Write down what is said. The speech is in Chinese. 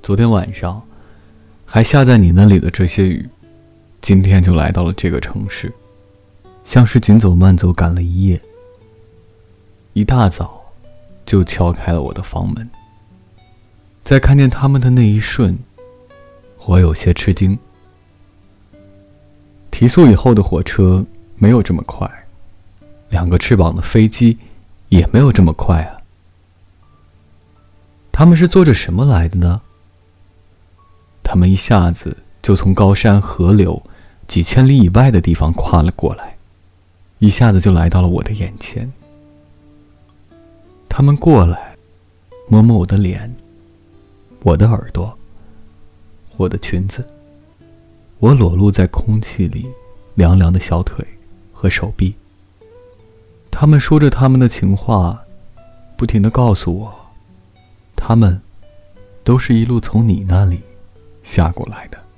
昨天晚上还下在你那里的这些雨，今天就来到了这个城市，像是紧走慢走赶了一夜，一大早就敲开了我的房门。在看见他们的那一瞬，我有些吃惊。提速以后的火车没有这么快，2个翅膀的飞机也没有这么快啊。他们是坐着什么来的呢？他们一下子就从高山河流几千里以外的地方跨了过来，一下子就来到了我的眼前。他们过来摸摸我的脸，我的耳朵，我的裙子，我裸露在空气里凉凉的小腿和手臂。他们说着他们的情话，不停地告诉我，他们都是一路从你那里下过来的。